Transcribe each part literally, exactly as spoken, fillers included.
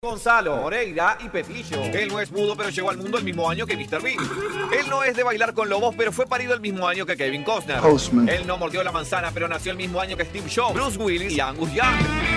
Gonzalo, Moreira y Petillo. Él no es mudo, pero llegó al mundo el mismo año que míster Bean. Él no es de bailar con lobos, pero fue parido el mismo año que Kevin Costner. Postman. Él no mordió la manzana, pero nació el mismo año que Steve Jobs, Bruce Willis y Angus Young.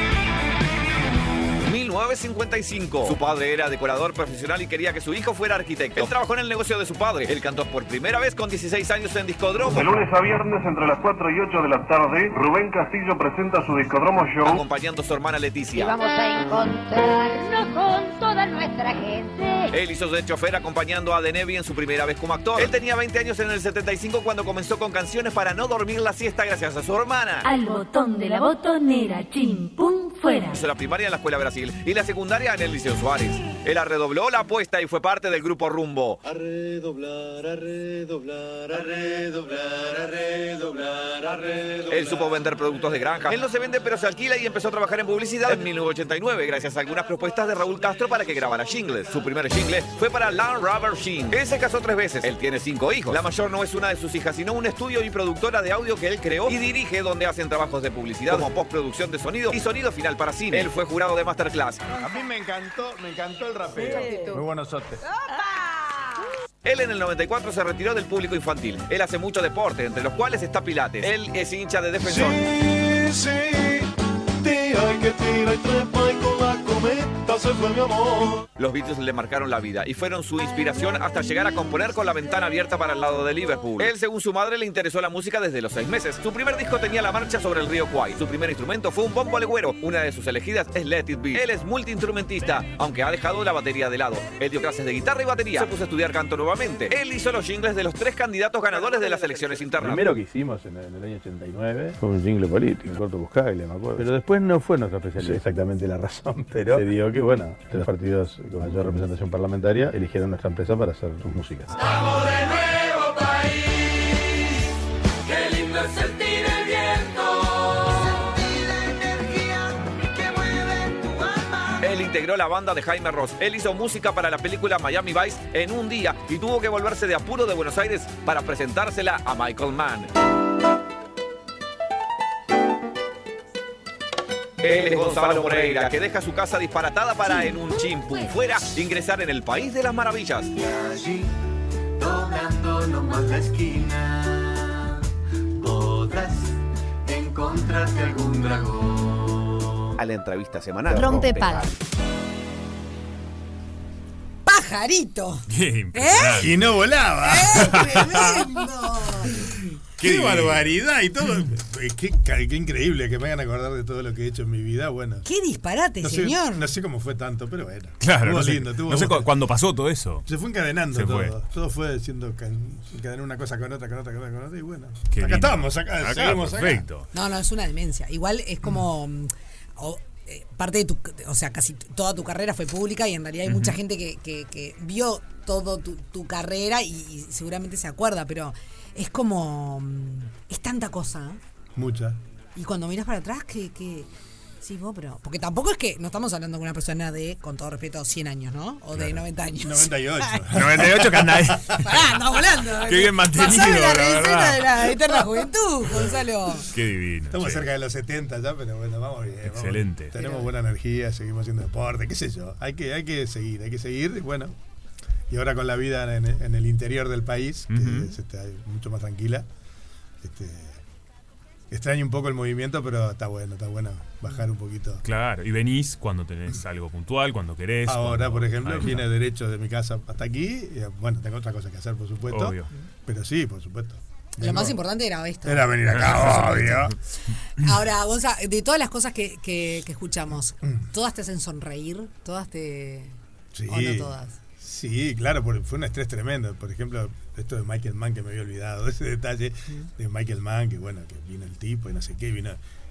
mil novecientos cincuenta y cinco. Su padre era decorador profesional y quería que su hijo fuera arquitecto. Él trabajó en el negocio de su padre. Él cantó por primera vez con dieciséis años en Discodromo. De lunes a viernes entre las cuatro y ocho de la tarde, Rubén Castillo presenta su Discodromo Show, acompañando a su hermana Leticia. Y vamos a encontrarnos con toda nuestra gente. Él hizo de chofer acompañando a Denevi en su primera vez como actor. Él tenía veinte años en el setenta y cinco cuando comenzó con canciones para no dormir la siesta gracias a su hermana. Al botón de la botonera, chim, pum, fuera. Hizo la primaria en la Escuela Brasil y la secundaria en el Liceo Suárez. Él redobló la apuesta y fue parte del grupo Rumbo. A redoblar, a redoblar, a redoblar, a redoblar, a redoblar. Él supo vender productos de granja. Él no se vende pero se alquila y empezó a trabajar en publicidad en mil novecientos ochenta y nueve gracias a algunas propuestas de Raúl Castro para que grabara jingles. Su primer jingle fue para Land Rover Sheen. Él se casó tres veces. Él tiene cinco hijos. La mayor no es una de sus hijas, sino un estudio y productora de audio que él creó y dirige, donde hacen trabajos de publicidad como postproducción de sonido y sonido final para cine. Él fue jurado de Masterclass. A mí me encantó, me encantó el rapero. Sí. Muy buenos sotes. Él en el noventa y cuatro se retiró del público infantil. Él hace mucho deporte, entre los cuales está Pilates. Él es hincha de Defensor. Sí, sí, tira y que tira y trepa y con la cometa se fue mi amor. Los Beatles le marcaron la vida y fueron su inspiración hasta llegar a componer con la ventana abierta para el lado de Liverpool. Él, según su madre, le interesó la música desde los seis meses. Su primer disco tenía la marcha sobre el río Kwai. Su primer instrumento fue un bombo legüero. Una de sus elegidas es Let It Be. Él es multiinstrumentista, aunque ha dejado la batería de lado. Él dio clases de guitarra y batería. Se puso a estudiar canto nuevamente. Él hizo los jingles de los tres candidatos ganadores de las elecciones internas. Lo primero que hicimos en el, en el año ochenta y nueve fue un jingle político, un corto Buscaglia, me acuerdo. Pero después no fue nuestra especialidad. Exactamente la razón, pero se dio que, bueno, los partidos con mayor representación parlamentaria eligieron nuestra empresa para hacer sus músicas. Estamos de nuevo país, qué lindo es sentir el viento, sentir la energía que mueve tu alma. Él integró la banda de Jaime Ross. Él hizo música para la película Miami Vice en un día y tuvo que volverse de apuro de Buenos Aires para presentársela a Michael Mann. Él es Gonzalo Moreira, que deja su casa disparatada para en un chimpum fuera ingresar en el país de las maravillas. Y allí, doblando nomás la esquina, podrás encontrarte algún dragón. A la entrevista semanal. Rompepal. Pajarito. Qué ¿Eh? Y no volaba. ¡Eh, tremendo! ¡Qué barbaridad! Y todo. Qué, qué increíble que me hagan acordar de todo lo que he hecho en mi vida. Bueno. ¡Qué disparate, no sé, señor! No sé cómo fue tanto, pero bueno. Claro, Estuvo no sé, lindo. Estuvo no sé bueno. cuándo pasó todo eso. Se fue encadenando Se todo. fue. Todo fue siendo encadenar una cosa con otra, con otra, con otra, con otra. Y bueno. Qué acá lindo. estamos, acá, Acá, seguimos perfecto. acá. No, no, es una demencia. Igual es como... Mm. O, eh, parte de tu... O sea, casi toda tu carrera fue pública y en realidad hay uh-huh. mucha gente que, que, que vio todo tu, tu carrera y, y seguramente se acuerda, pero es como... Es tanta cosa. ¿eh? Mucha. Y cuando miras para atrás, que... que sí, vos, pero... Porque tampoco es que... No estamos hablando con una persona de, con todo respeto, cien años, ¿no? O de claro. noventa años. noventa y ocho. noventa y ocho que anda ahí. Pará, andamos volando. Qué bien mantenido, Pasame la, la receta verdad. de la eterna juventud, Gonzalo. Qué divino. Estamos che. cerca de los setenta ya, pero bueno, vamos bien. Excelente. Vamos. Tenemos pero... buena energía, seguimos haciendo deporte, qué sé yo. Hay que, hay que seguir, hay que seguir, bueno... Y ahora con la vida en, en el interior del país, que uh-huh. es este, mucho más tranquila, este, extraño un poco el movimiento, pero está bueno, está bueno bajar un poquito. Claro, y venís cuando tenés algo puntual, cuando querés. Ahora, cuando... por ejemplo, Ahí viene está. derecho de mi casa hasta aquí. Y, bueno, tengo otra cosa que hacer, por supuesto. Obvio. Pero sí, por supuesto. Lo más importante era esto. Era venir acá, obvio. Ahora, Gonza, de todas las cosas que, que, que escuchamos, ¿todas te hacen sonreír? ¿Todas te...? Sí. ¿O no todas? Sí, claro, fue un estrés tremendo. Por ejemplo, esto de Michael Mann, que me había olvidado, ese detalle de Michael Mann, que bueno, que vino el tipo y no sé qué, vino...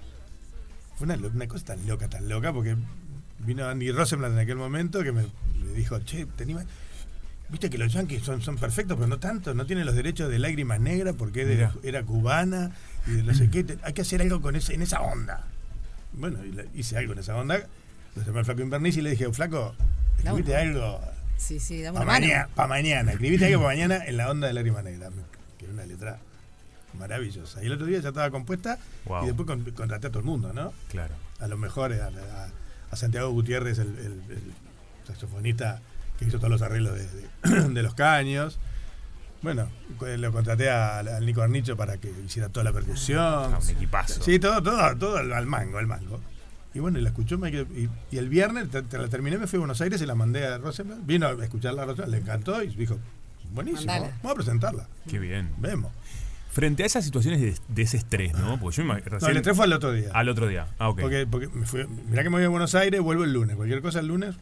Fue una, una cosa tan loca, tan loca, porque vino Andy Rosenblatt en aquel momento que me, me dijo, che, te animas... Viste que los yankees son, son perfectos, pero no tanto, no tienen los derechos de Lágrimas Negras porque de, era cubana y de no sé qué, te, hay que hacer algo con ese, en esa onda. Bueno, y le, hice algo en esa onda, lo llamé al Flaco Inverniz y le dije, Flaco, escribiste algo... Sí, sí, dame para una mano. mañana, pa mañana, escribiste algo para mañana en la onda de Lágrimas Negras, que era una letra maravillosa. Y el otro día ya estaba compuesta wow. y después con, contraté a todo el mundo, ¿no? Claro. A los mejores, a, a, a Santiago Gutiérrez, el, el, el saxofonista que hizo todos los arreglos de, de, de los caños. Bueno, lo contraté a- al Nico Arnicho para que hiciera toda la percusión. Ah, un equipazo. Sí, todo, todo, todo al, al mango, al mango. Y bueno, y la escuchó Michael, y, y el viernes te, te la terminé, me fui a Buenos Aires y la mandé a Rosenblatt. Vino a escucharla a Rosenblatt, le encantó y dijo, buenísimo, Mandala. vamos a presentarla. Qué bien. Vemos. Frente a esas situaciones de, de ese estrés, ¿no? Porque yo me imagino. No, el estrés fue al otro día. Al otro día. Ah, ok. Porque, porque me fui, mirá que me voy a Buenos Aires, vuelvo el lunes. Cualquier cosa el lunes.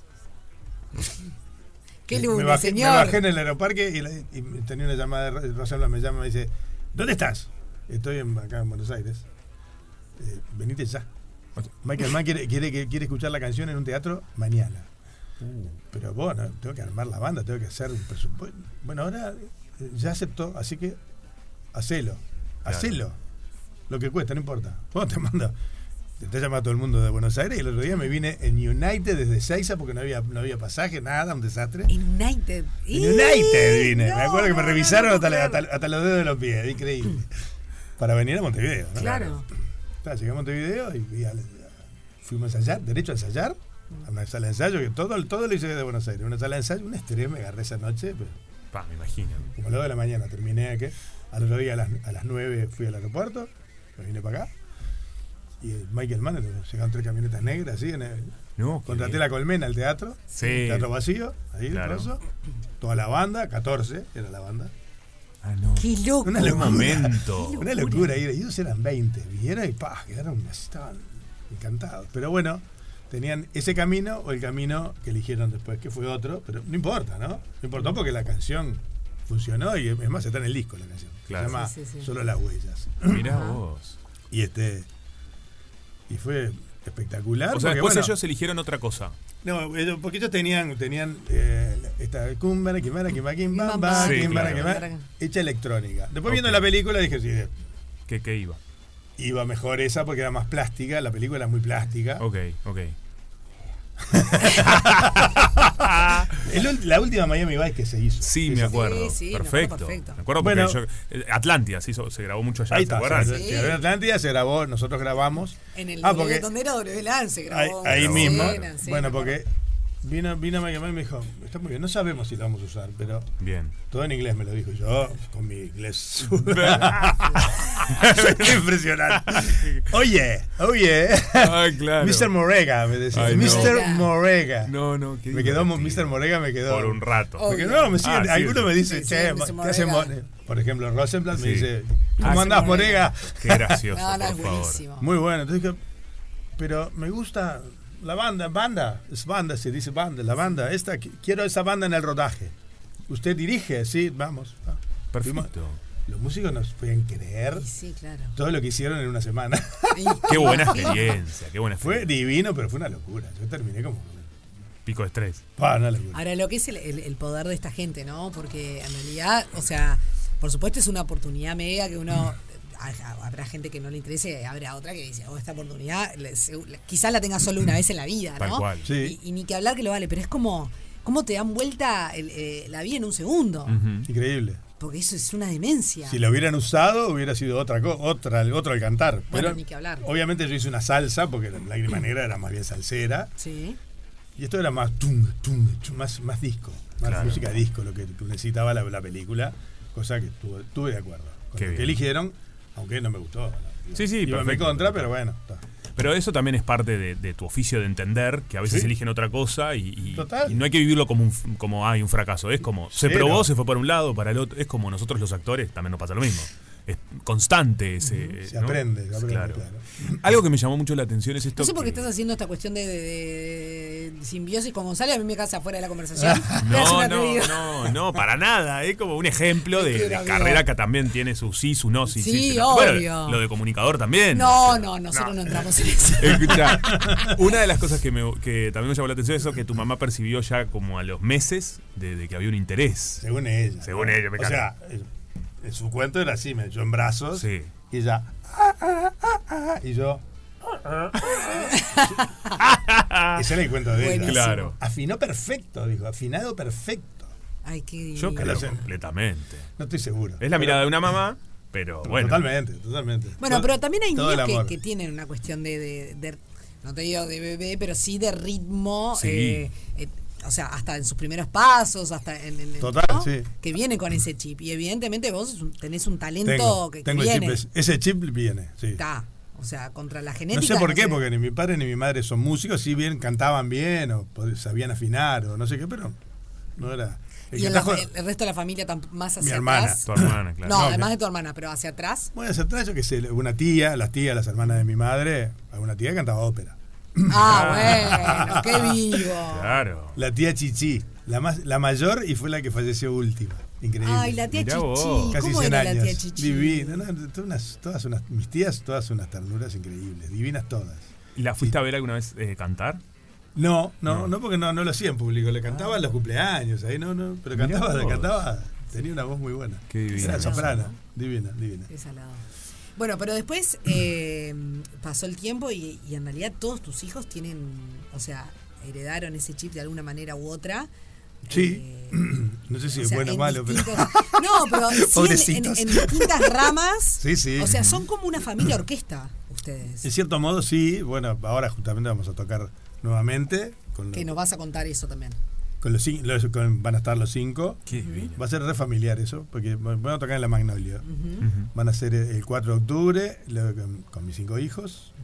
Qué me, lunes, bajé, señor. me bajé en el aeroparque y, la- y tenía una llamada de Rosenblatt, me llama y me dice, ¿dónde estás? Estoy en, acá en Buenos Aires. Eh, venite ya. Michael Mann quiere, quiere, quiere escuchar la canción en un teatro mañana. Pero bueno, tengo que armar la banda, tengo que hacer un presupuesto. Bueno, ahora eh, ya aceptó, así que hacelo. Hacelo. Lo que cuesta, no importa. Bueno, te mando. Te llamado a todo el mundo de Buenos Aires y el otro día me vine en United desde Seiza porque no había, no había pasaje, nada, un desastre. United. En United vine. No, me acuerdo que me no, revisaron no hasta, puedo la- creer. hasta- hasta los dedos de los pies, increíble. Para venir a Montevideo, ¿no? Claro. Claro, llegué a Montevideo y, y al- fuimos a ensayar, derecho a ensayar, a una sala de ensayo, que todo, todo lo hice de Buenos Aires, una sala de ensayo, un estrés me agarré esa noche, pero Pa, me imagino. como a las dos de la mañana terminé aquí, al otro día a las, a las nueve fui al aeropuerto, me vine para acá, y el Michael Mann, llegaron tres camionetas negras, así, en el, No, qué contraté bien. la Colmena, el teatro, Sí. el teatro vacío, ahí, Claro. trozo, toda la banda, catorce era la banda. Ah, no. Qué loco. Una Qué locura. momento. Una locura. Y ellos eran veinte. Vinieron y pa, quedaron, estaban encantados. Pero bueno, tenían ese camino o el camino que eligieron después, que fue otro. Pero no importa, ¿no? No importó porque la canción funcionó y es más, está en el disco la canción. Claro. Se llama Sí, sí, sí. Solo las huellas. Mirá Ajá. vos. Y este. Y fue espectacular. O sea, porque, después bueno, ellos eligieron otra cosa. No, ellos- porque ellos tenían, tenían eh, esta cumbara, quimara, quimara, quimbamba, Sí, quimbara, claro. quimara, hecha electrónica. Después viendo Ok. la película dije, sí, ¿Qué, qué iba? iba mejor esa porque era más plástica, la película era muy plástica. Ok, ok. El ul- la última Miami Vice que se hizo. Sí, me Esa. acuerdo. Sí, sí, me acuerdo perfecto. perfecto. Me acuerdo porque Bueno. yo. eh, Atlántida se, hizo, se grabó mucho allá, Ahí ¿se está, acuerdan? se, Sí. se grabó en Atlántida, se grabó, nosotros grabamos. En el Ah, W, porque- donde era W L A N se Ahí, grabó. ahí una mismo. escena, sí, bueno, me acuerdo. porque vino, vino Miami Vice y me dijo, está muy bien, no sabemos si la vamos a usar, pero Bien. todo en inglés me lo dijo yo, con mi inglés. Soy impresionante. Oye, oye. Ay, claro. mister Morega, me decía. Ay, no. mister Morega. No, no, qué Me quedó, divertido. mister Morega me quedó. Por un rato. Oh. Porque no, me siguen, Ah, sí, alguno sí. me dice, Sí, che, sí, mister ¿qué hace Morega. Mo-?" Por ejemplo, Rosenblatt me Sí. dice, Ah, ¿cómo sí, andás, Morega. Morega? Qué gracioso, No, no, es por favor. buenísimo. Muy bueno, entonces dije, pero me gusta la banda, banda, es banda, se dice banda, la banda, esta, qui- quiero esa banda en el rodaje. Usted dirige, sí, vamos. Ah. Fuimos- Perfecto. Los músicos nos pueden creer Y sí, claro. todo lo que hicieron en una semana. Y- Qué buena experiencia, qué buena Fue experiencia. divino, pero fue una locura. Yo terminé como... Pico de estrés. Pa, una locura. Ahora, lo que es el, el- el poder de esta gente, ¿no? Porque en realidad, o sea, por supuesto es una oportunidad mega que uno... ha- Habrá gente que no le interese, habrá otra que dice, oh, esta oportunidad le- se- quizás la tenga solo una vez en la vida, Tal ¿no? cual. Sí. Y, y ni que hablar que lo vale, pero es como, cómo te dan vuelta el, eh, la vida en un segundo. Ujú. Increíble. Porque eso es una demencia. Si lo hubieran usado, hubiera sido otra co- otra otro al cantar. Bueno, Pero ni que hablar. obviamente yo hice una salsa, porque la Lágrima Negra era más bien salsera. Sí. Y esto era más tung, tung, tung, más, más disco. Más Claro. música disco, lo que, que necesitaba la, la película. Cosa que estuve, estuve de acuerdo. Con Qué lo que bien. eligieron, aunque no me gustó. Sí, sí, Iba en mi perfecto. contra, pero bueno. Está. Pero eso también es parte de, de tu oficio de entender que a veces Sí. eligen otra cosa y, y- Total. y no hay que vivirlo como un, f- como hay un fracaso. Es como se Cero. probó, se fue para un lado, para el otro. Es como nosotros los actores también nos pasa lo mismo. Es constante ese. Se ¿no? aprende, se aprende, Claro. claro. Algo que me llamó mucho la atención es esto. No sé por qué que- estás haciendo esta cuestión de, de- de simbiosis con González, a mí me casa fuera de la conversación. Me hace No, un no, atrevido. no, no, para nada. Es como un ejemplo de, Qué de amigo. carrera que también tiene su sí, su no, sí, Sí, sí. su no. obvio. Bueno, lo de comunicador también. No, O sea, no, nosotros no, entramos en eso. Escuchá, una de las cosas que, me, que también me llamó la atención es eso que tu mamá percibió ya como a los meses de, de que había un interés. Según ella. Según ¿no? ella, me O sea, en, en su cuento era así, me echó en brazos. Sí. Y ella. "Ah, ah, ah, ah", y yo. Ese era el cuento de ella. Buenísimo. Claro. Afinó perfecto, dijo. Afinado perfecto. Ay, qué Yo divino. creo sé. completamente. No estoy seguro. Es la mirada de una mamá, pero bueno. Totalmente, totalmente. Bueno, Todo- pero también hay todo el niños que, amor. que tienen una cuestión de, de- de no te digo de bebé, pero sí de ritmo. Sí. eh, eh, o sea, hasta en sus primeros pasos, hasta en, en- en- Total, ¿no? sí. Que viene con ese chip. Y evidentemente vos es un- tenés un talento Tengo, que, que tengo el viene. chip, ese- ese chip viene, sí. Está. O sea, contra la genética. No sé por qué, sé. porque ni mi padre ni mi madre son músicos, si bien cantaban bien o pod- sabían afinar o no sé qué, pero no era... el Y que el, la- trajo- el resto de la familia tam- más hacia Mi hermana. atrás. Tu hermana, claro. No, No, además que- de tu hermana, pero hacia atrás. Voy hacia atrás, yo que sé, una tía, las tías, las hermanas de mi madre, alguna tía que cantaba ópera. Ah, bueno, qué vivo. Claro. La tía Chichi, la más, la mayor y fue la que falleció última. Increíble. Ay, la tía Mirá Chichi. vos. Casi ¿Cómo cien era años. la tía Chichi? Divina, no, todas unas, todas unas, mis tías, todas unas ternuras increíbles, divinas todas. ¿La fuiste a ver alguna vez eh, cantar? No, no, No. no, porque no, no lo hacía en público, le cantaba en los cumpleaños, ahí no, no, pero Mirá cantaba, vos. cantaba, tenía una voz muy buena. Qué divina. Era Qué soprano, salado. divina, divina. Qué salado. Bueno, pero después eh, pasó el tiempo y, y en realidad todos tus hijos tienen, o sea, heredaron ese chip de alguna manera u otra. Sí, Eh, no sé si o es sea, bueno o en malo, pero... distintos- No, pero sí en, Pobrecitos. en- en distintas ramas. Sí, sí. O sea, son como una familia orquesta ustedes. En cierto modo sí, bueno, ahora justamente vamos a tocar nuevamente con, Que los- nos vas a contar eso también. con los, cin- los- con- van a estar los cinco. Qué divino. Va a ser re familiar eso, porque van a tocar en la Magnolia. Ujú. Ujú. Van a ser el cuatro de octubre luego con, con mis cinco hijos,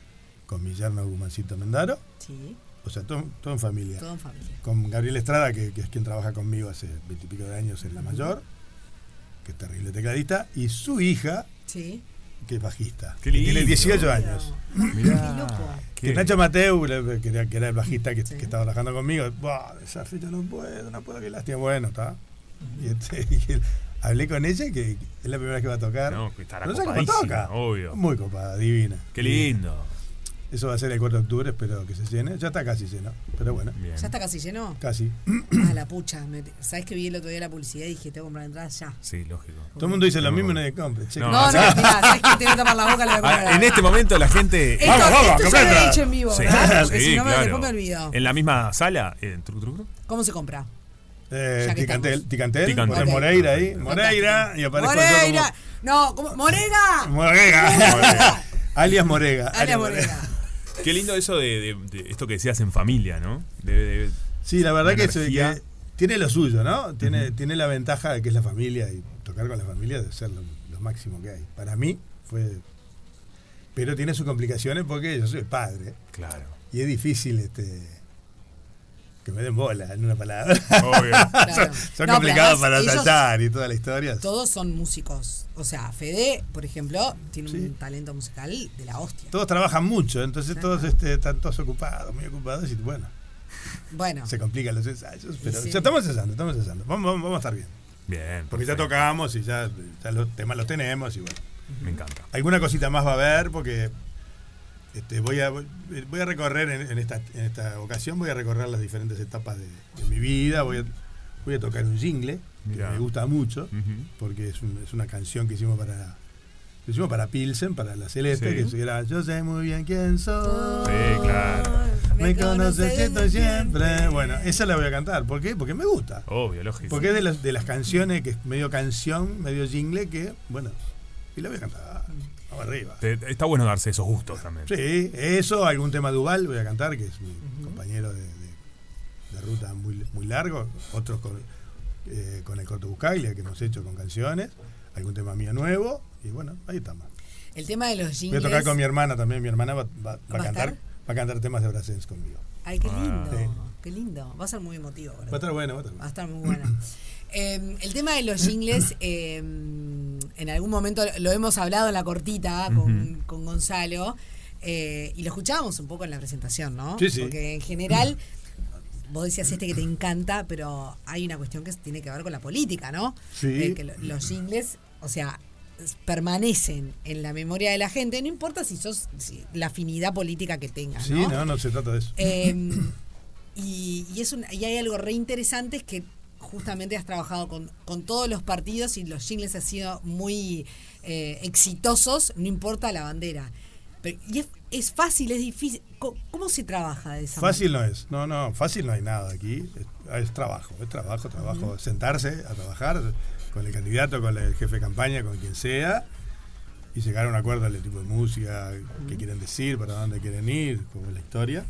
con mi yerno Gumancito Mendaro, Sí, o sea, todo, todo en familia. todo en familia. Con Gabriel Estrada, que, que es quien trabaja conmigo hace veintipico de años en La Mayor, que es terrible tecladista, y su hija, Sí. que es bajista. Qué que tiene lindo. dieciocho años. Mirá. Qué loco. Qué- Que Nacho Mateu, le- que era, que era el bajista que, Sí. que estaba trabajando conmigo, "Buah, esa fecha no puedo, no puedo, que lástima". Bueno, está. Y, este, y él- hablé con ella, que es la primera vez que va a tocar. No, que estará No sé cómo copadísima, toca. obvio. Muy copada, divina. Qué lindo. Eso va a ser el cuatro de octubre, espero que se llene. Ya está casi lleno, pero bueno, Bien. ¿Ya está casi lleno? casi. Ah, la pucha. Me- ¿Sabes que vi el otro día la publicidad y dije, tengo que comprar entradas ya? Sí, lógico. Todo el mundo dice lo No, mismo y no. nadie compra. Che, No, que- No, no, ya. mirá, ¿sabes qué? Te voy a tapar la boca, le voy a Ah, comprar. en este momento la gente. Esto, Vamos, vamos, esto ya comprá lo he entrada. dicho en vivo, Sí, ¿verdad? Porque sí, si no, me- claro. después me olvido. En la misma sala, en truc, truc, truc. ¿Cómo se compra? Eh, Ya que Ticantel, estamos. Ticantel, Ticantel. poner Ok. Moreira ahí, Moreira, y aparezco yo ¡Moreira! No, ¿cómo? ¡Morega! como Morega. Alias Morega. Alias Morega. Qué lindo eso de, de- de esto que decías en familia, ¿no? De, de- Sí, la verdad Una que, se- energía. que tiene lo suyo, ¿no? Tiene, tiene la ventaja de que es la familia y tocar con la familia debe ser lo, lo máximo que hay. Para mí fue... Pero tiene sus complicaciones porque yo soy padre Claro. y es difícil este que me den bola en una palabra. Obvio. Claro. son son No, complicados pero para además ellos- saltar y toda la historia. Todos son músicos. O sea, Fede, por ejemplo, tiene Sí. un talento musical de la hostia. Todos trabajan mucho, entonces todos este, están todos ocupados, muy ocupados y bueno, Bueno, se complican los ensayos, pero Sí. ya estamos ensayando, estamos ensayando. Vamos, vamos, vamos a estar bien. Bien. Porque ya perfecto. tocamos y ya, ya los temas los tenemos y bueno. Me encanta. Alguna cosita más va a haber porque este, voy, a, voy voy a recorrer en, en esta, en esta ocasión, voy a recorrer las diferentes etapas de, de mi vida, voy a, voy a tocar un jingle que Mirá. me gusta mucho Ujú. porque es, un- es una canción que hicimos para que hicimos para Pilsen, para la Celeste, Sí. que era Yo sé muy bien quién soy. Sí, claro. Me conoces desde siempre siempre. Bueno, esa la voy a cantar. ¿Por qué? Porque me gusta. Obvio, lógico. Porque es de las, de las canciones que es medio canción, medio jingle, que, bueno, y la voy a cantar. Vamos arriba. Te- está bueno darse esos gustos también. Sí, eso, algún tema de Ubal voy a cantar, que es mi compañero de, de- de ruta muy, muy largo. Otros con, eh, con el Corto Buscaglia, que hemos hecho con canciones. Algún tema mío nuevo. Y bueno, ahí estamos. el tema de los Voy a jingles. tocar con mi hermana también. Mi hermana va, va- va ¿Va a a cantar estar? va a cantar temas de Brassens conmigo. Ay, qué lindo. Sí. Qué lindo. Va a ser muy emotivo. ¿verdad? Va a estar bueno, va a estar Va a bueno. estar muy buena. Eh, el tema de los jingles, eh, en algún momento lo hemos hablado en la cortita con, Ujú. con Gonzalo eh, y lo escuchábamos un poco en la presentación, ¿no? Sí, sí. Porque en general, vos decías este que te encanta, pero hay una cuestión que tiene que ver con la política, ¿no? Sí. Eh, que lo- los jingles, o sea, permanecen en la memoria de la gente, no importa si sos si- la afinidad política que tengas, Sí, ¿no? no, no se trata de eso. Eh, y, y es un- y hay algo re interesante, es que justamente has trabajado con, con todos los partidos y los jingles han sido muy eh, exitosos, no importa la bandera. Pero, y es, es fácil, es difícil. ¿Cómo, cómo se trabaja de esa Fácil no es, no, no, fácil no hay nada aquí, es, es trabajo, es trabajo, trabajo, sentarse a trabajar con el candidato, con el jefe de campaña, con quien sea, y llegar a un acuerdo del tipo de música que quieren decir, para dónde quieren ir, cómo es la historia.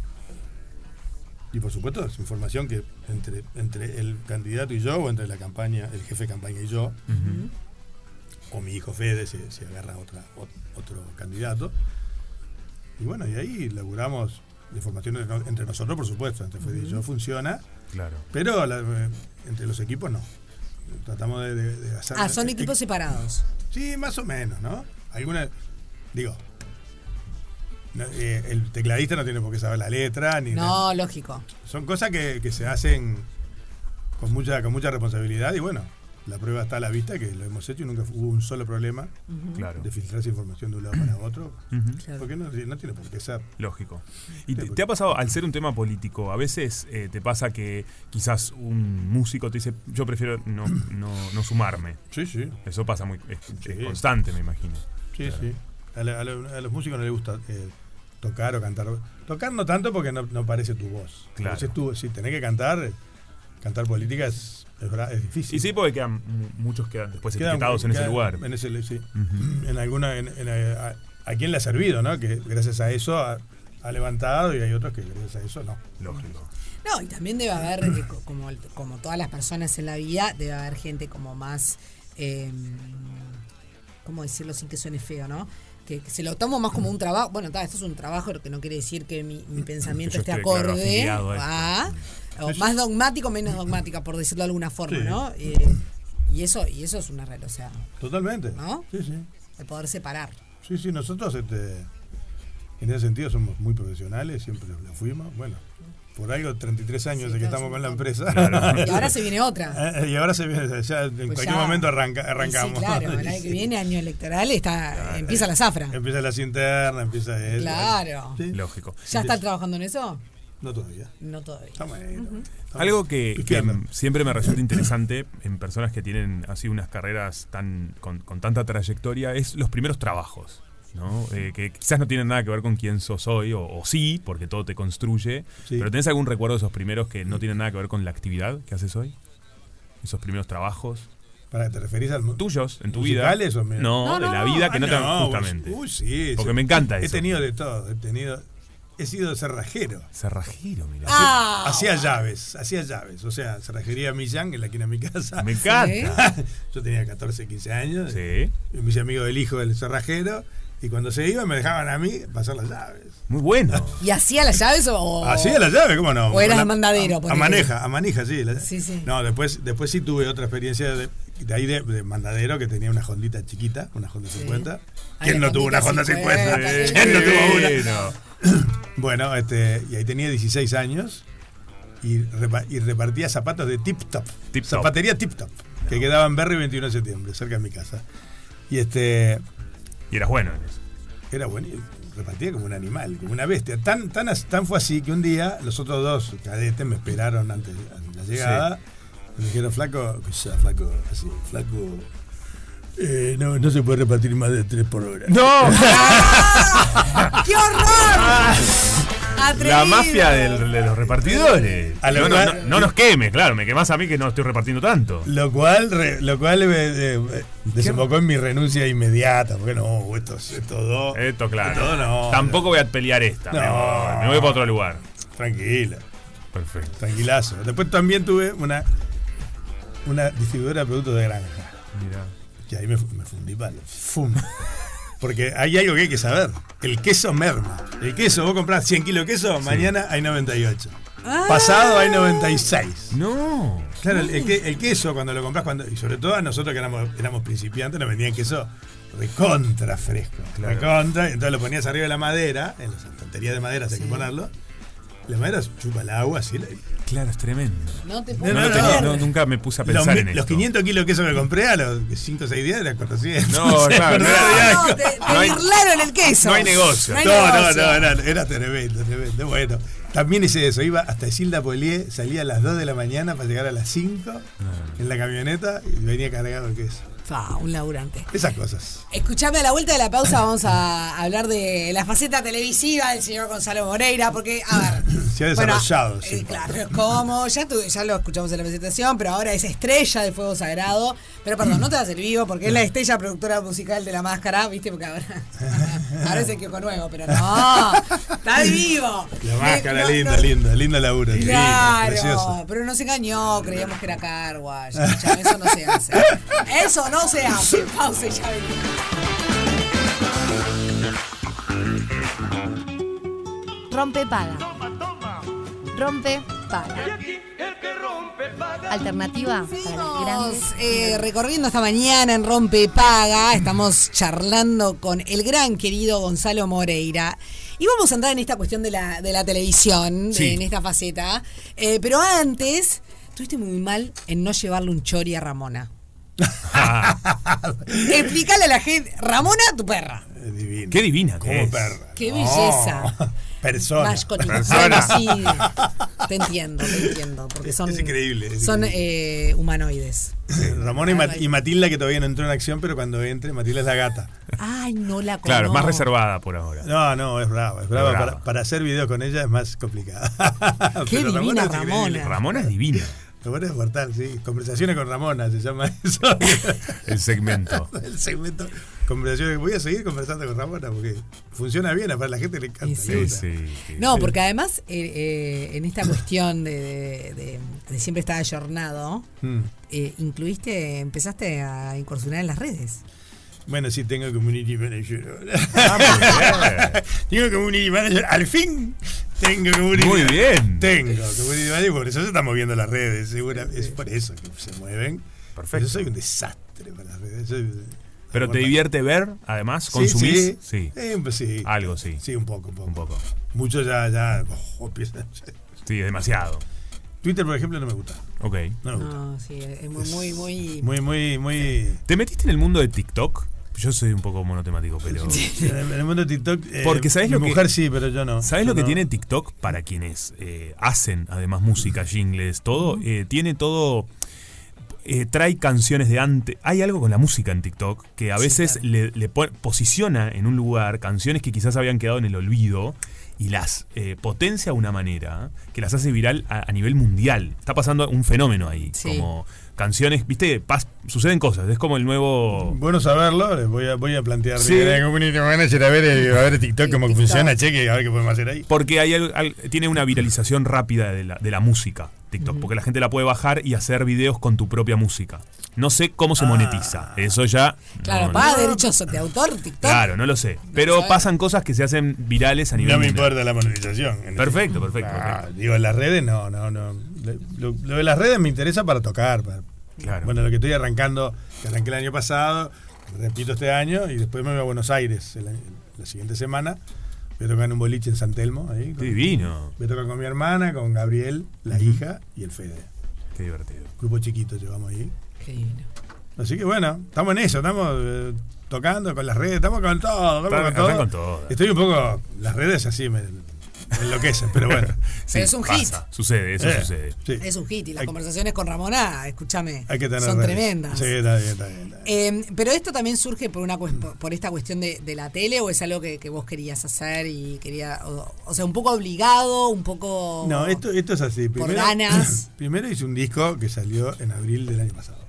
Y por supuesto es información que entre, entre el candidato y yo, o entre la campaña, el jefe de campaña y yo, uh-huh. o mi hijo Fede si, si agarra otra, otro candidato. Y bueno, y ahí laburamos la información entre nosotros, por supuesto, entre Fede uh-huh. y yo funciona, claro. pero la, entre los equipos no. Tratamos de, de, de hacer... Ah, son eh, equipos separados. Sí, más o menos, ¿no? Alguna, digo, no, eh, el tecladista no tiene por qué saber la letra. Ni no, nada. Lógico. Son cosas que, que se hacen con mucha, con mucha responsabilidad y bueno, la prueba está a la vista que lo hemos hecho y nunca hubo un solo problema uh-huh. claro. de filtrarse información de un lado para otro. Uh-huh. Claro. Porque no, no tiene por qué ser. Lógico. ¿Y te, te ha pasado, al ser un tema político, a veces eh, te pasa que quizás un músico te dice, yo prefiero no, no, no sumarme? Sí, sí. Eso pasa muy es, sí. es constante, me imagino. Sí, claro. sí. A, la, a, lo, a los músicos no les gusta eh, tocar o cantar. Tocar no tanto porque no, no parece tu voz. Claro. Entonces tú, si tenés que cantar, cantar política es... Es, verdad, es difícil. Y sí, porque quedan, muchos quedan después quedan, etiquetados en quedan, ese lugar. En ese, sí. Uh-huh. En alguna, en, en, a, a quién le ha servido, ¿no? Que gracias a eso ha, ha levantado y hay otros que gracias a eso no. Lógico. No, y también debe haber, eh, como, como todas las personas en la vida, debe haber gente como más, eh, ¿cómo decirlo sin que suene feo, no? Que, que se lo tomo más como un trabajo. Bueno, ta, esto es un trabajo, lo que no quiere decir que mi, mi pensamiento esté acorde. Claro, ¿ah? O más dogmático, menos dogmática, por decirlo de alguna forma, sí. ¿no? Y, y eso y eso es una regla, o sea. Totalmente. ¿No? Sí, sí. El poder separar. Sí, sí, nosotros este, en ese sentido somos muy profesionales, siempre lo fuimos. Bueno, por algo treinta y tres años sí, de que estamos con la empresa. Claro. Y ahora se viene otra. Y ahora se viene, ya en pues cualquier ya, momento arranca, arrancamos. Sí, claro, el año que viene, año electoral, está claro, empieza la zafra. Empieza las internas, empieza eso. Claro. ¿Sí? Lógico. ¿Ya están trabajando en eso? No todavía. No todavía. Estamos ahí, uh-huh. estamos Algo que, que siempre me resulta interesante en personas que tienen así unas carreras tan con, con tanta trayectoria es los primeros trabajos, ¿no? Eh, que quizás no tienen nada que ver con quién sos hoy, o, o sí, porque todo te construye, sí. pero ¿tenés algún recuerdo de esos primeros que no tienen nada que ver con la actividad que haces hoy? Esos primeros trabajos. ¿Para te referís al tuyos, en tu vida? O no, no, de la vida que ah, no, no te justamente. Uy, sí. Porque sí. me encanta he eso. He tenido de todo, he tenido... He sido cerrajero. Cerrajero, mira. Ah, hacía llaves, hacía llaves. O sea, cerrajería Millán, en la esquina de mi casa. Me encanta. ¿Sí? Yo tenía catorce, quince años. Sí. Y me hice amigo del hijo del cerrajero. Y cuando se iba me dejaban a mí pasar las llaves. Muy bueno. ¿Y hacía las llaves o...? Hacía las llaves, ¿cómo no? ¿O eras la, mandadero? A, a maneja, a manija, sí. La, sí, sí. No, después, después sí tuve otra experiencia de, de ahí de, de mandadero, que tenía una Hondita chiquita, una Honda sí. cincuenta. ¿Quién no tuvo una Honda cincuenta? Sí. ¿Quién no tuvo una? No. Bueno, este, y ahí tenía dieciséis años y, repa, y repartía zapatos de Tip Top. Tip Zapatería Tip Top, no. que quedaba en Berry veintiuno de septiembre, cerca de mi casa. Y este y eras bueno en eso. Era bueno, y repartía como un animal, como una bestia. Tan, tan, tan fue así que un día los otros dos cadetes me esperaron antes de la llegada. Sí. Me dijeron, flaco, ya, flaco, así, flaco. Eh, no, no se puede repartir más de tres por hora. ¡No! ¡Ah! ¡Qué horror! Atrevido. La mafia del, de los repartidores. A lo no, cual, no, no, no nos queme, claro, me quemás a mí que no estoy repartiendo tanto. Lo cual, re, lo cual eh, eh, desembocó en mi renuncia inmediata, porque no, esto es todo. Esto, claro. Esto no, Tampoco no. voy a pelear esta. No, me, voy, me voy para otro lugar. Tranquila. Perfecto. Tranquilazo. Después también tuve una, una distribuidora de productos de granja. Mirá. Y ahí me, me fundí palo. Fum. Porque hay algo que hay que saber. El queso merma. El queso, vos comprás cien kilos de queso, sí. mañana hay noventa y ocho. Ah. Pasado hay noventa y seis. No. Claro, el, el, el queso cuando lo comprás, cuando, y sobre todo a nosotros que éramos, éramos principiantes, nos vendían queso recontra fresco. Claro. Recontra. Entonces lo ponías arriba de la madera, en las estanterías de madera hay sí. que ponerlo. La madera chupa el agua, así. Claro, es tremendo. No te no, no, no, tenía, no, nunca me puse a pensar los, en esto. Los quinientos kilos de queso que compré a los cinco o seis días eran cuatrocientos. No, claro. No, no, no, te, te no hay, burlaron el queso. No hay negocio. No, hay no, negocio. no, no, no, era tremendo, tremendo. Bueno, también hice eso. Iba hasta Isilda Polié, salía a las dos de la mañana para llegar a las cinco no. en la camioneta y venía cargado el queso. Fa, un laburante. Esas cosas. Escuchame, a la vuelta de la pausa vamos a hablar de la faceta televisiva del señor Gonzalo Moreira, porque, a ver... Se ha desarrollado. Bueno, sí, eh, claro, como ya, tu, ya lo escuchamos en la presentación, pero ahora es estrella de Fuego Sagrado. Pero perdón, no te va a servir vivo porque es la estrella productora musical de La Máscara, ¿viste? Porque ahora, ahora es el Kiko Nuevo, pero no, está vivo. La Máscara, no, linda, no, linda, linda laburo. Claro, precioso. pero nos engañó, creíamos que era Carwash. Escuchame, eso no se hace. Eso no se hace. Pausa y ya venimos. Rompe paga. Rompe paga. Alternativa para las grandes. Estamos eh, recorriendo esta mañana en Rompe Paga. Estamos charlando con el gran querido Gonzalo Moreira. Y vamos a entrar en esta cuestión de la, de la televisión, Sí. de, en esta faceta. Eh, pero antes, estuviste muy mal en no llevarle un chori a Ramona. Explícale a la gente. Ramona, tu perra. Es divina. Qué divina que Como es. perra. Qué No. belleza. Persona. Mascotita. Persona. Sí, te entiendo, te entiendo. Porque son, Es increíble, es son increíble. eh, humanoides. Ramón y, Mat- y Matilda, que todavía no entró en acción, pero cuando entre, Matilda es la gata. Ay, no la conozco. Claro, más reservada por ahora. No, no, es brava. Es brava. Es brava. Para, para hacer videos con ella es más complicada. Qué Pero divina es Ramona. increíble. Ramona es divina. Ramona es mortal, sí. Conversaciones con Ramona se llama eso. El segmento. El segmento. Conversaciones. Voy a seguir conversando con Ramona porque funciona bien, para la gente le encanta. Sí, le Sí, gusta. sí. No, porque además eh, eh, en esta cuestión de, de, de- de siempre estar ayornado, Mm. eh, incluiste, empezaste a incursionar en las redes. Bueno, sí, tengo community manager. Ah, muy bien. Tengo community manager. Al fin tengo community Muy manager. bien. Tengo community manager, por eso se están moviendo las redes. Segura, es por eso que se mueven. Perfecto. Yo soy un desastre para las redes. Soy- Pero te divierte ver, además, Sí, consumís. Sí, Sí. Eh, pues sí. Algo, sí. Sí, un poco, un poco. Un poco. Muchos ya, ya oh, empiezan. Sí, demasiado. Twitter, por ejemplo, no me gusta. Ok. No me gusta. No, sí, es muy, muy, muy... Muy, muy, muy. ¿Te metiste en el mundo de TikTok? Yo soy un poco monotemático, pero... En el, en el mundo de TikTok. eh, Porque ¿sabés mi lo que- mujer sí, pero yo no. ¿Sabes Yo lo que no. tiene TikTok para quienes eh, hacen además música, jingles, todo? Eh, tiene todo... eh, trae canciones de antes. Hay algo con la música en TikTok que a Sí, veces claro. le, le pone- posiciona en un lugar canciones que quizás habían quedado en el olvido y las eh, potencia de una manera que las hace viral a, a nivel mundial. Está pasando un fenómeno ahí. Sí. Como canciones, viste, pas- suceden cosas. Es como el nuevo... Bueno saberlo, les voy a, voy a plantear Sí. de community manager a ver, eh, a ver TikTok cómo TikTok. funciona, cheque, a ver qué podemos hacer ahí. Porque hay al- al- tiene una viralización rápida de la, de la música, TikTok, porque la gente la puede bajar y hacer videos con tu propia música. No sé cómo se Ah. monetiza. Eso ya... Claro, no, paga no. derechos de autor, TikTok. Claro, no lo sé. Pero ¿sabes? pasan cosas que se hacen virales a nivel No me mundial. importa la monetización. en Perfecto, este- perfecto, Ah, perfecto. digo, en las redes no, no, no. Lo, lo de las redes me interesa para tocar. para- Claro. Bueno, lo que estoy arrancando, que arranqué el año pasado, repito este año, y después me voy a Buenos Aires el año- la siguiente semana. Voy a tocar en un boliche en San Telmo. Ahí, con- Divino. Voy a tocar con mi hermana, con Gabriel, la hija, y el Fede. Qué divertido. Grupo chiquito llevamos ahí. Qué divino. Así que bueno, estamos en eso, estamos eh, tocando con las redes, estamos con todo, estamos Están- con todo. están con todo. Estoy un poco, las redes así me, me enloquecen, pero bueno. Sí, es un pasa. hit. Sucede, eso Eh, sucede. sí. Es un hit y las Hay- conversaciones con Ramona, escúchame, Hay que tener son redes. tremendas. Sí, está bien, está bien. está bien. Eh, pero esto también surge por una cues- por, por esta cuestión de, de la tele o es algo que, que vos querías hacer y quería, o, o sea, un poco obligado, un poco No, esto, esto es así. por Primero, ganas. primero hice un disco que salió en abril del año pasado.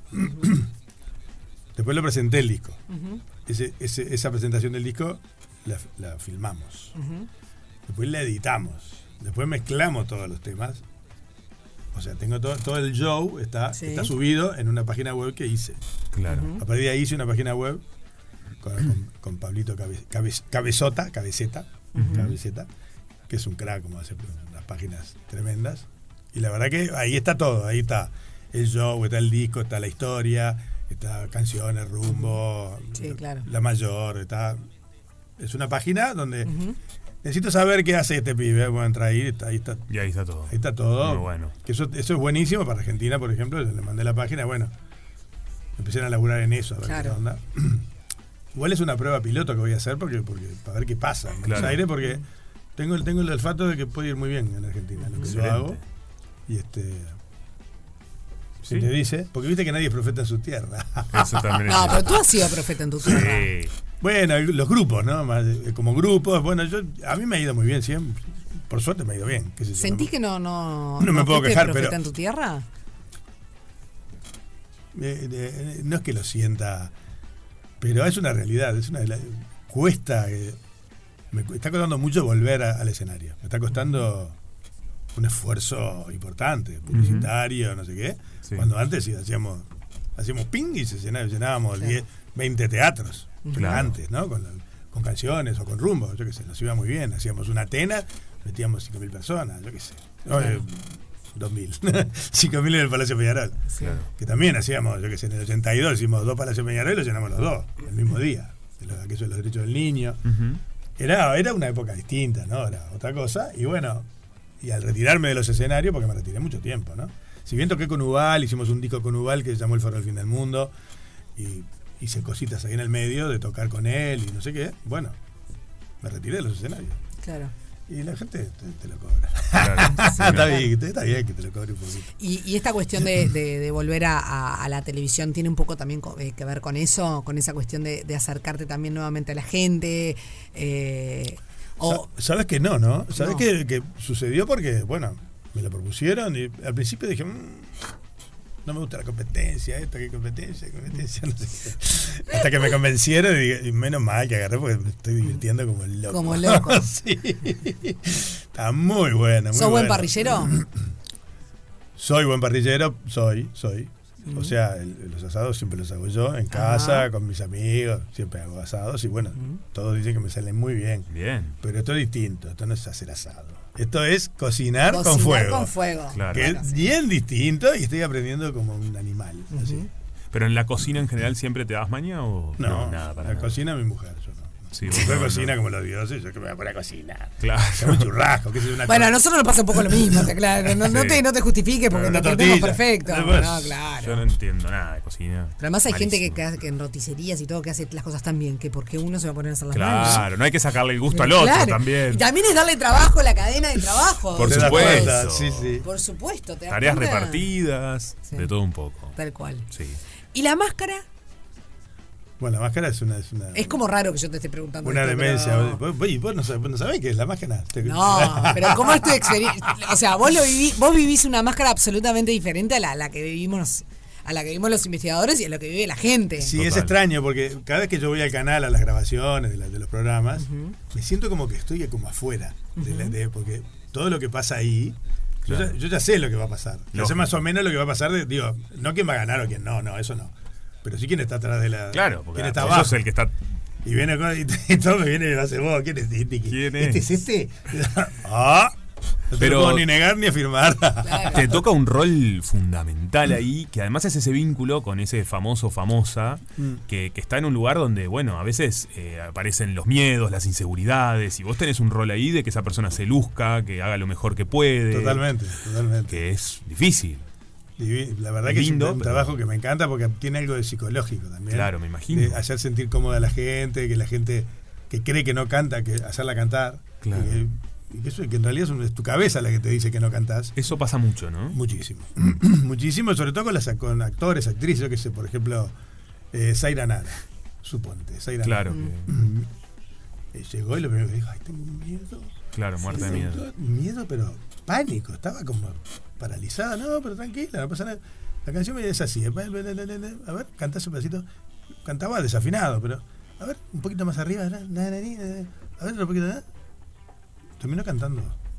Después lo presenté el disco. Ujú, Ese, ese- esa presentación del disco la, la filmamos. ujú. Después la editamos. Después mezclamos todos los temas. O sea, tengo todo, todo el show, está, Sí. está subido en una página web que hice. Claro. Ujú. A partir de ahí hice una página web con, con- con Pablito Cabe- Cabe- Cabezota, Cabeceta, Cabeceta, que es un crack, como hace unas páginas tremendas. Y la verdad que ahí está todo, ahí está el show, está el disco, está la historia, está canciones, rumbo, Sí, claro. la mayor, está... Es una página donde Ujú. necesito saber qué hace este pibe, bueno, entra ahí, está, ahí está, Y ahí está todo. ahí está todo. Muy bueno. Que eso, eso es buenísimo para Argentina, por ejemplo, le mandé la página, bueno, empecé a laburar en eso, a ver Claro. qué onda. Igual es una prueba piloto que voy a hacer porque, porque para ver qué pasa en Buenos Claro. Aires, porque tengo el, tengo el olfato de que puede ir muy bien en Argentina, lo que yo Excelente. hago. Y este ¿Sí? Te dice, porque viste que nadie es profeta en su tierra. Eso también es No, cierto. pero tú has sido profeta en tu tierra. Sí. Bueno, los grupos, ¿no? Más, eh, como grupos, bueno, yo a mí me ha ido muy bien siempre. Por suerte me ha ido bien. qué sé yo, ¿Sentís no, que no no, No me puedo fuiste quejar, profeta pero- en tu tierra? eh, eh, no es que lo sienta, pero es una realidad, es una de las- cuesta, eh, me cu- está costando mucho volver a- al escenario. Me está costando un esfuerzo importante, publicitario, no sé qué. Sí. Cuando antes sí, hacíamos hacíamos ping y se llenaba- llenábamos Claro. diez, veinte teatros. Claro. Antes, ¿no? Con, la- con canciones o con rumbo, yo qué sé, nos iba muy bien. Hacíamos una Atena, metíamos cinco mil personas, yo qué sé. No, eh, dos mil. cinco mil en el Palacio Peñarol. Claro. Que también hacíamos, yo qué sé, en el ochenta y dos hicimos dos Palacios Peñarol y los llenamos los dos, el mismo día. De lo- aquello de los derechos del niño. Ujú. Era, era una época distinta, ¿no? Era otra cosa. Y bueno, y al retirarme de los escenarios, porque me retiré mucho tiempo, ¿no? Si bien toqué con Ubal, hicimos un disco con Ubal que se llamó El Faro del Fin del Mundo, y hice cositas ahí en el medio de tocar con él y no sé qué, bueno, me retiré de los escenarios. Claro. Y la gente te, te lo cobra. Claro. está, bien, está bien que te lo cobre un poquito. Y, y esta cuestión de, de- de volver a, a- a la televisión tiene un poco también co- eh, que ver con eso, con esa cuestión de, de acercarte también nuevamente a la gente. eh, o, Sa- Sabes que no, ¿no? Sabes No. que, que sucedió porque, bueno, me lo propusieron y al principio dije, "Mm, no me gusta la competencia, esto, qué competencia, qué competencia, no sé qué". Hasta que me convencieron y, dije, y menos mal que agarré porque me estoy divirtiendo como el loco. Como loco. Sí. Está muy bueno. Muy ¿Sos buen bueno. parrillero? Soy buen parrillero, soy, soy. O sea, el- los asados siempre los hago yo, en casa, Ajá. con mis amigos, siempre hago asados y bueno, todos dicen que me salen muy bien. Bien. Pero esto es distinto, esto no es hacer asado. Esto es cocinar, con Cocinar fuego. con fuego. Claro. Que Bueno, es sí. bien distinto y estoy aprendiendo como un animal. Así. Pero en la cocina en general siempre te das maña o No, nada para la nada. cocina mi mujer, yo no. Sí, Mi vos mujer no, cocina no. como los dioses, yo que me voy a poner a cocinar. Claro. Hacemos un churrasco, qué sé yo, una Bueno, a tor- nosotros nos pasa un poco lo mismo, te- claro. No, no Sí. te, no te justifiques porque Una te entendemos tortilla. perfecto. Eh, pues, No, Yo claro. no entiendo nada de cocina. Pero además hay gente que, Malísimo. que, hace- que en roticerías y todo que hace las cosas tan bien que porque uno se va a poner a hacer las manos. Claro, no hay que sacarle el gusto al otro Claro. también. Y también es darle trabajo a la cadena de trabajo. Por Te das supuesto. cuenta, sí, sí. Por supuesto. ¿te das Tareas cuenta? repartidas, Sí. de todo un poco. Tal cual. Sí. ¿Y la máscara? Bueno, la máscara es una, es una, Es como raro que yo te esté preguntando. una esto, demencia. pero- Vos, vos- vos no sabés, vos no sabés qué es la máscara. Te- No, pero ¿cómo es tu experiencia? O sea, vos lo viví, vos vivís una máscara absolutamente diferente a la, a la que vivimos, a la que vivimos los investigadores y a lo que vive la gente. Sí, Total. es extraño porque cada vez que yo voy al canal a las grabaciones de, la- de los programas, me siento como que estoy como afuera. de la- de- porque todo lo que pasa ahí, yo, Claro. ya, yo ya sé lo que va a pasar. Ya sé Lógico. más o menos lo que va a pasar. de- digo, no quién va a ganar o quién no, no, eso no. Pero sí quién está atrás de la. Claro, porque quién está vos abajo. sos el que está. Y viene con- y, y todo me viene y me hace vos. ¿Quién es este? ¿Quién ¿Este es? es este? Ah, no te Pero- lo puedo ni negar ni afirmar. Te toca un rol fundamental ahí, que además es ese vínculo con ese famoso famosa, Mm. que, que está en un lugar donde, bueno, a veces eh, aparecen los miedos, las inseguridades, y vos tenés un rol ahí de que esa persona se luzca, que haga lo mejor que puede. Totalmente, totalmente. Que es difícil. Y la verdad que Lindo, es un, un pero- trabajo que me encanta porque tiene algo de psicológico también. Claro, me imagino. De hacer sentir cómoda a la gente, que la gente que cree que no canta, que hacerla cantar. Claro. Y que, y que eso, que en realidad es, un- es tu cabeza la que te dice que no cantás. Eso pasa mucho, ¿no? Muchísimo. Muchísimo, sobre todo con, las, con actores, actrices, yo que sé, por ejemplo, eh, Zaira Nara, suponte. Zaira Claro, Nara. que- Eh, llegó y lo primero que dijo, ay, tengo un miedo. claro, muerta de miedo. Miedo, pero pánico, estaba como paralizada. No, pero tranquila, no pasa nada. La canción es así. eh, A ver, cantás un pedacito. Cantaba desafinado, pero. A ver, un poquito más arriba. na, na, na, na, A ver, otro poquito. na. Terminó cantando.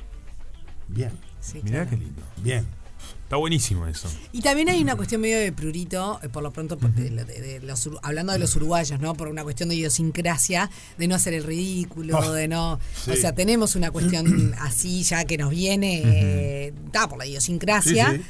Bien, Sí, Mirá claro. qué lindo. bien. Está buenísimo eso. Y también hay una cuestión medio de prurito, eh, por lo pronto, por- de, de- de los, ur- hablando de los uruguayos, ¿no? Por una cuestión de idiosincrasia, de no hacer el ridículo, Oh, de no. sí. O sea, tenemos una cuestión así ya que nos viene, eh, da por la idiosincrasia. Sí, sí.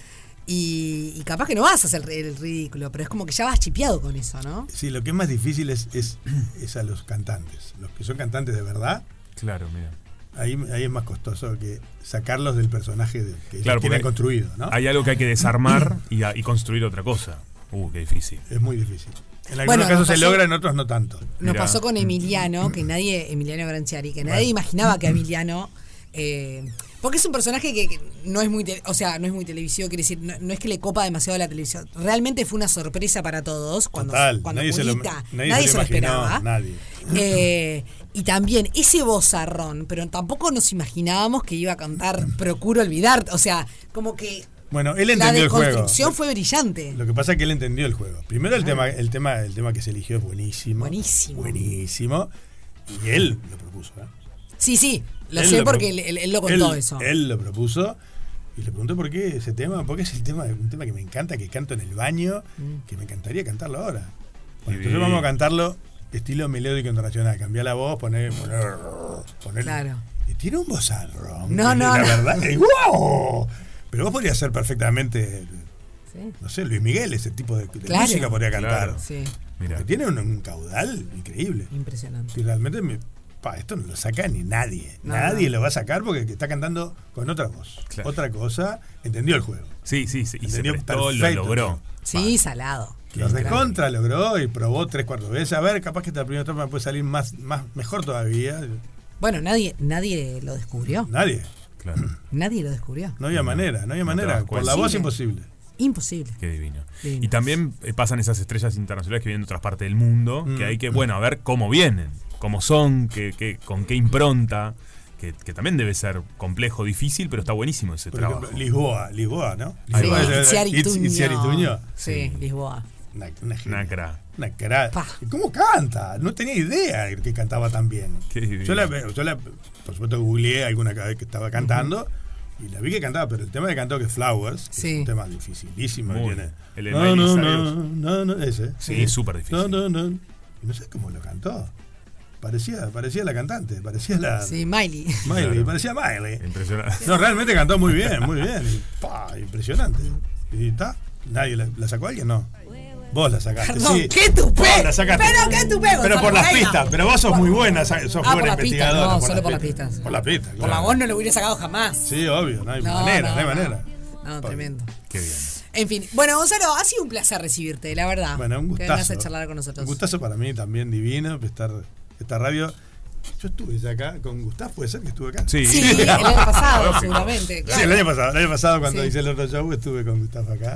Y, y capaz que no vas a hacer el ridículo, pero es como que ya vas chipeado con eso, ¿no? Sí, lo que es más difícil es, es, es a los cantantes. Los que son cantantes de verdad, Claro, mira. ahí, ahí es más costoso que sacarlos del personaje de- que ellos Claro, tienen porque construido, ¿no? Hay algo que hay que desarmar y, a- y construir otra cosa. Uh, qué difícil. Es muy difícil. En algunos Bueno, casos nos se pasó- logra, en otros no tanto. Nos Mirá. pasó con Emiliano, que nadie, Emiliano Granciari, que nadie Bueno. imaginaba que Emiliano, eh, Porque es un personaje que, que no es muy, te- o sea, no es muy televisivo, quiere decir, no, no es que le copa demasiado la televisión. Realmente fue una sorpresa para todos cuando, Total, cuando nadie se lo- publica, nadie nadie, se se lo lo imaginó, esperaba. nadie. Eh, y también ese vozarrón, pero tampoco nos imaginábamos que iba a cantar Procuro olvidarte. O sea, como que Bueno, él la entendió el juego. desconstrucción fue brillante. Lo que pasa es que él entendió el juego. Primero el tema, el tema, el tema que se eligió es buenísimo. Buenísimo. Buenísimo. Y él lo propuso, ¿eh? Sí, sí, lo Él sé lo porque pro- él, él- él lo contó él- eso. Él lo propuso y le pregunté por qué ese tema, porque es el tema, un tema que me encanta, que canto en el baño, Mm. que me encantaría cantarlo ahora. Bueno, Sí. entonces vamos a cantarlo estilo melódico internacional, cambiar la voz, poner, poner, poner Claro. y tiene un vozarrón. No, que no, la no. verdad, es ¡wow! Pero vos podrías ser perfectamente, Sí. no sé, Luis Miguel, ese tipo de, de Claro. música podría cantar. Claro. Sí, Mira. Porque tiene un, un caudal increíble. impresionante. Y realmente me, pa, esto no lo saca ni nadie. No, nadie no. lo va a sacar porque está cantando con otra voz. Claro. Otra cosa, entendió el juego. Sí, sí, sí. Y se Entendió prestó, lo perfecto. logró. Sí, salado. Los de contra logró y probó tres cuartos veces. A ver, capaz que esta primera etapa puede salir más, más mejor todavía. Bueno, nadie, nadie lo descubrió. Nadie. Claro. Nadie lo descubrió. No había manera, no había No te manera. das Por cuenta. la voz Sí. imposible. Imposible. Qué divino. Divino. Y también eh, pasan esas estrellas internacionales que vienen de otras partes del mundo, Mm. que hay que, bueno, a ver cómo vienen, cómo son, qué, qué- con qué impronta, que, que también debe ser complejo, difícil, pero está buenísimo ese Por trabajo. ejemplo, Lisboa, Lisboa, ¿no? Ahí Sí, va. Lisboa es- Itziar Itz- Itziar Ituño. Ituño. Sí, Lisboa. Una, una genia. Una cra. Una cara. Pa. ¿Y ¿Cómo canta? No tenía idea que cantaba tan bien. Qué divino. Yo la, yo la, por supuesto, googleé alguna vez que estaba cantando y la vi que cantaba, pero el tema que cantó que es Flowers, que Sí. es un tema dificilísimo. que Muy. tiene, El de no, Miley no, Cyrus. no, no, no, ese. Sí, súper difícil. No, no, no. Y no sé cómo lo cantó. Parecía, parecía la cantante, parecía la Sí, Miley. Miley, Claro. parecía Miley. Impresionante. No, realmente cantó muy bien, muy bien. Y, pa, impresionante. Y está, nadie la, la sacó alguien, no. Vos la sacaste, Perdón, sí. qué tupé. Vos la sacaste. Pero qué tupé, Pero Gonzalo por las Reina. pistas, pero vos sos muy buena, sos Ah, buena por las pistas, investigadora. no, solo por las pistas. Por las pistas, Por la claro. voz no lo hubiera sacado jamás. Sí, obvio, no hay No, manera, no, no hay no. manera. No, tremendo. Qué bien. En fin, bueno, Gonzalo, ha sido un placer recibirte, la verdad. Bueno, un Que gustazo. vengas a charlar con nosotros. Un gustazo para mí también, divino, estar esta radio. Yo estuve ya acá con Gustavo, puede ser que estuve acá. Sí. Sí, el año pasado, seguramente. Sí, Claro. el año pasado, el año pasado cuando Sí. hice el otro show estuve con Gustavo acá.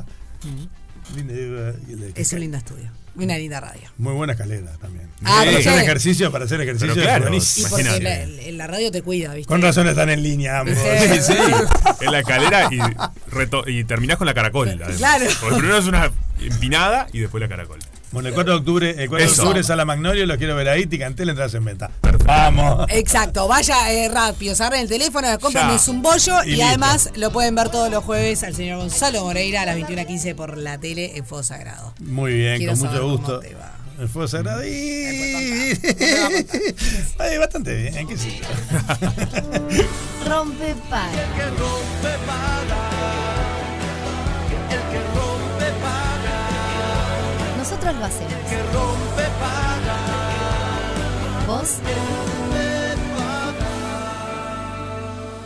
Lindo, eh, y le- Es un lindo estudio. Una linda radio. Muy buena escalera también. Ah, para ¿viste? hacer ejercicio, para hacer ejercicio. Pero es claro, Y buenísimo. porque la, Imagínate. la radio te cuida, ¿viste? Con razón están en línea ambos. Sí. Sí, sí. En la escalera y, reto- y terminás con la caracol. además. Claro. Porque primero es una empinada y después la caracol. Bueno, el cuatro de octubre, el cuatro de Eso. octubre sala Magnolio, los quiero ver ahí, Ticantel, entras en venta. Vamos. Exacto, vaya eh, rápido, agarren el teléfono, cómprenles Ya. un bollo Y y, listo. además lo pueden ver todos los jueves al señor Gonzalo Moreira a las veintiuna quince por la tele en Fuego Sagrado. Muy bien, Quiero con saber mucho cómo gusto. te va. El fuego sagrado y... Después contá. Después Ay, bastante bien, qué sé yo. Rompe para. Nosotros lo hacemos. ¿Vos?